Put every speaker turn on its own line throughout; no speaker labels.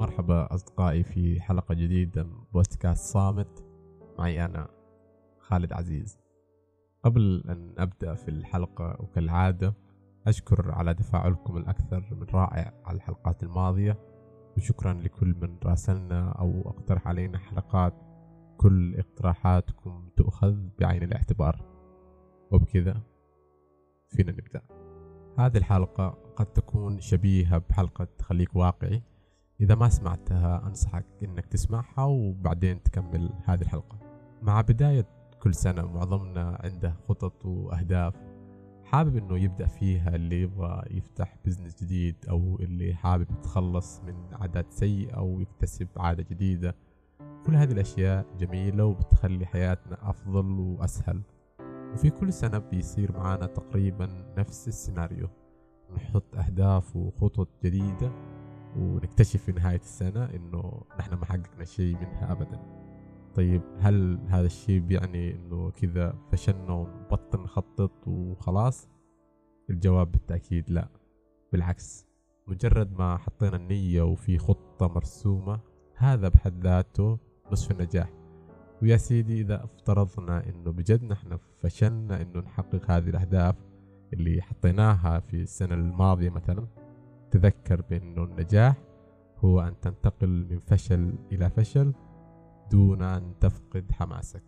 مرحبا أصدقائي في حلقة جديدة من بودكاست صامت. معي أنا خالد عزيز. قبل أن أبدأ في الحلقة وكالعادة أشكر على تفاعلكم الأكثر من رائع على الحلقات الماضية، وشكرا لكل من راسلنا أو اقترح علينا حلقات. كل اقتراحاتكم تؤخذ بعين الاعتبار، وبكذا فينا نبدأ. هذه الحلقة قد تكون شبيهة بحلقة خليك واقعي. إذا ما سمعتها أنصحك إنك تسمعها وبعدين تكمل هذه الحلقة. مع بداية كل سنة معظمنا عنده خطط وأهداف حابب إنه يبدأ فيها، اللي يبغى يفتح بزنس جديد أو اللي حابب يتخلص من عادات سيئة أو يكتسب عادة جديدة. كل هذه الأشياء جميلة وبتخلي حياتنا أفضل وأسهل، وفي كل سنة بيصير معانا تقريبا نفس السيناريو. نحط أهداف وخطط جديدة ونكتشف في نهاية السنة إنه نحن ما حققنا شيء منها أبدا. طيب هل هذا الشيء بيعني إنه كذا فشلنا ونبطل نخطط وخلاص؟ الجواب بالتأكيد لا، بالعكس. مجرد ما حطينا النية وفي خطة مرسومة هذا بحد ذاته نصف النجاح. ويا سيدي إذا افترضنا إنه بجد نحن فشلنا إنه نحقق هذه الأهداف اللي حطيناها في السنة الماضية مثلا، تذكر بأنه النجاح هو أن تنتقل من فشل إلى فشل دون أن تفقد حماسك.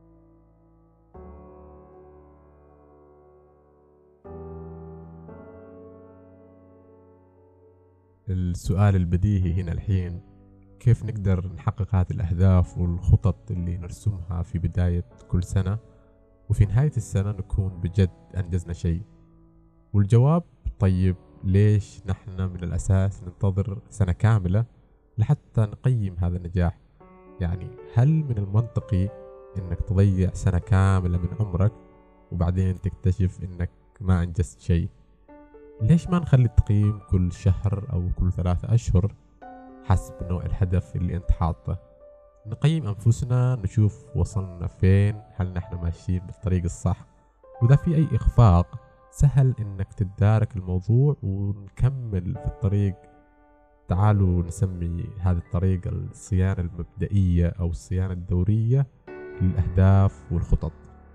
السؤال البديهي هنا الحين، كيف نقدر نحقق هذه الأهداف والخطط اللي نرسمها في بداية كل سنة وفي نهاية السنة نكون بجد أنجزنا شيء؟ والجواب طيب ليش نحن من الأساس ننتظر سنة كاملة لحتى نقيم هذا النجاح؟ يعني هل من المنطقي انك تضيع سنة كاملة من عمرك وبعدين تكتشف انك ما انجزت شيء؟ ليش ما نخلي التقييم كل شهر او كل 3 اشهر حسب نوع الهدف اللي انت حاطه؟ نقيم انفسنا نشوف وصلنا فين، هل نحن ماشيين بالطريق الصح، واذا في اي اخفاق سهل انك تتدارك الموضوع ونكمل في الطريق. تعالوا نسمي هذه الطريقة الصيانة المبدئية أو الصيانة الدورية للأهداف والخطط.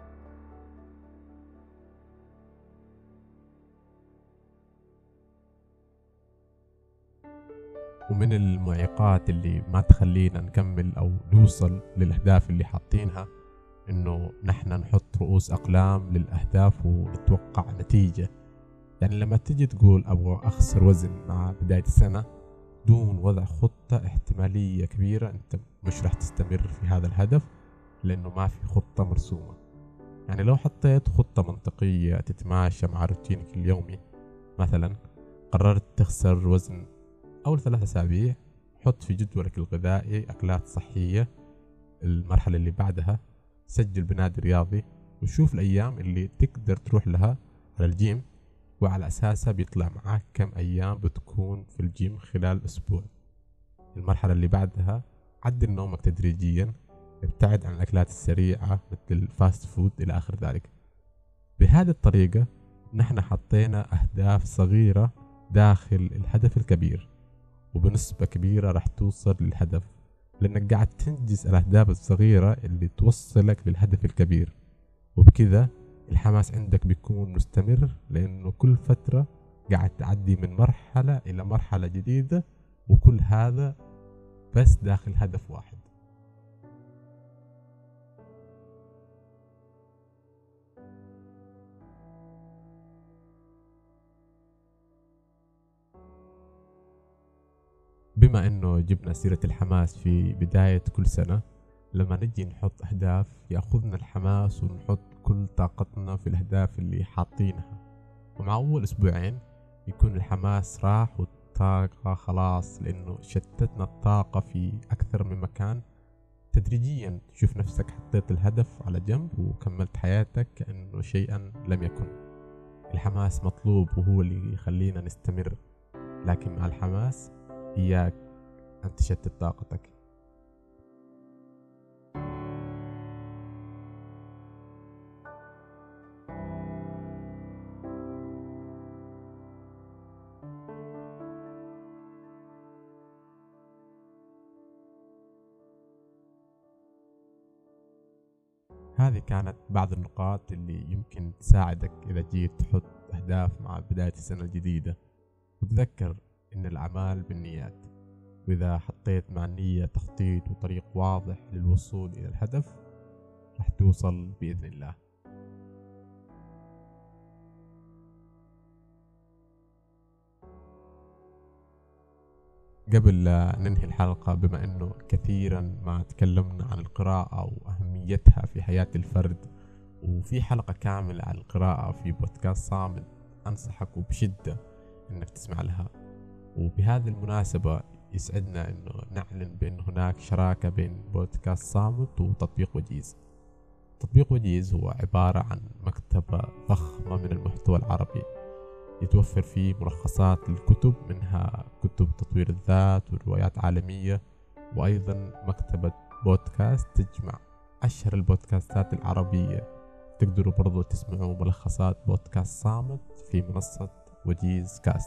ومن المعيقات اللي ما تخلينا نكمل أو نوصل للأهداف اللي حاطينها إنه نحن نحط رؤوس أقلام للأهداف ونتوقع نتيجة. يعني لما تيجي تقول أبغى أخسر وزن مع بداية السنة دون وضع خطة، احتمالية كبيرة أنت مش راح تستمر في هذا الهدف لأنه ما في خطة مرسومة. يعني لو حطيت خطة منطقية تتماشى مع روتينك اليومي، مثلا قررت تخسر وزن أول 3 أسابيع، حط في جدولك الغذائي أكلات صحية. المرحلة اللي بعدها سجل بنادي رياضي وشوف الأيام اللي تقدر تروح لها على الجيم، وعلى أساسها بيطلع معاك كم أيام بتكون في الجيم خلال أسبوع. المرحلة اللي بعدها عدل نومك تدريجيا، ابتعد عن الأكلات السريعة مثل الفاست فود إلى آخر ذلك. بهذه الطريقة نحن حطينا أهداف صغيرة داخل الهدف الكبير، وبنسبة كبيرة راح توصل للهدف لأنك قاعد تنجز الأهداف الصغيرة اللي توصلك للهدف الكبير. وبكذا الحماس عندك بيكون مستمر لأنه كل فترة قاعد تعدي من مرحلة إلى مرحلة جديدة، وكل هذا بس داخل هدف واحد. بما انه جبنا سيرة الحماس في بداية كل سنة، لما نجي نحط اهداف ياخذنا الحماس ونحط كل طاقتنا في الاهداف اللي حاطينها، ومع اول اسبوعين يكون الحماس راح والطاقة خلاص لانه شتتنا الطاقة في اكثر من مكان. تدريجيا تشوف نفسك حطيت الهدف على جنب وكملت حياتك كأنه شيئا لم يكن. الحماس مطلوب وهو اللي يخلينا نستمر، لكن مع الحماس إياك أن تشتت طاقتك. هذه كانت بعض النقاط اللي يمكن تساعدك إذا جيت تحط أهداف مع بداية السنة الجديدة. وتذكر إن الأعمال بالنيات، وإذا حطيت مع النية تخطيط وطريق واضح للوصول إلى الهدف راح توصل بإذن الله. قبل لا ننهي الحلقة، بما أنه كثيرا ما تكلمنا عن القراءة وأهميتها في حياة الفرد، وفي حلقة كاملة عن القراءة في بودكاست صامت، أنصحك وبشدة أنك تسمع لها. وبهذه المناسبة يسعدنا أنه نعلن بأن هناك شراكة بين بودكاست صامت وتطبيق وجيز. تطبيق وجيز هو عبارة عن مكتبة ضخمة من المحتوى العربي، يتوفر فيه ملخصات للكتب، منها كتب تطوير الذات وروايات عالمية، وأيضا مكتبة بودكاست تجمع أشهر البودكاستات العربية. تقدروا برضو تسمعوا ملخصات بودكاست صامت في منصة وجيز كاست.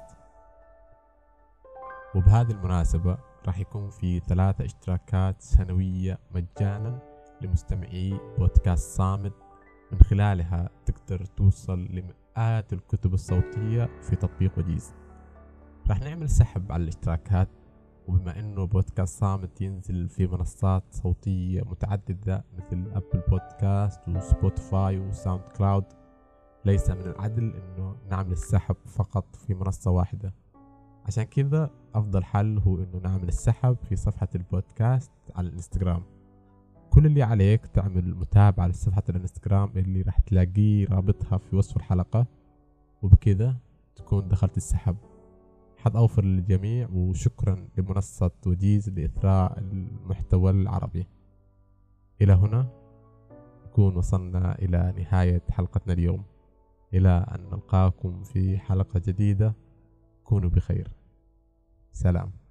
وبهذه المناسبة راح يكون في 3 اشتراكات سنوية مجانا لمستمعي بودكاست صامت، من خلالها تقدر توصل لمئات الكتب الصوتية في تطبيق وجيز. راح نعمل سحب على الاشتراكات، وبما انه بودكاست صامت ينزل في منصات صوتية متعددة مثل ابل بودكاست وسبوتيفاي وساوند كلاود، ليس من العدل انه نعمل السحب فقط في منصة واحدة. عشان كذا افضل حل هو انه نعمل السحب في صفحة البودكاست على الانستغرام. كل اللي عليك تعمل متابعة لصفحة الانستغرام اللي راح تلاقيه رابطها في وصف الحلقة، وبكذا تكون دخلت السحب. حظ أوفر للجميع، وشكرا لمنصة وجيز لإثراء المحتوى العربي. إلى هنا نكون وصلنا إلى نهاية حلقتنا اليوم. إلى أن نلقاكم في حلقة جديدة، كونوا بخير. سلام.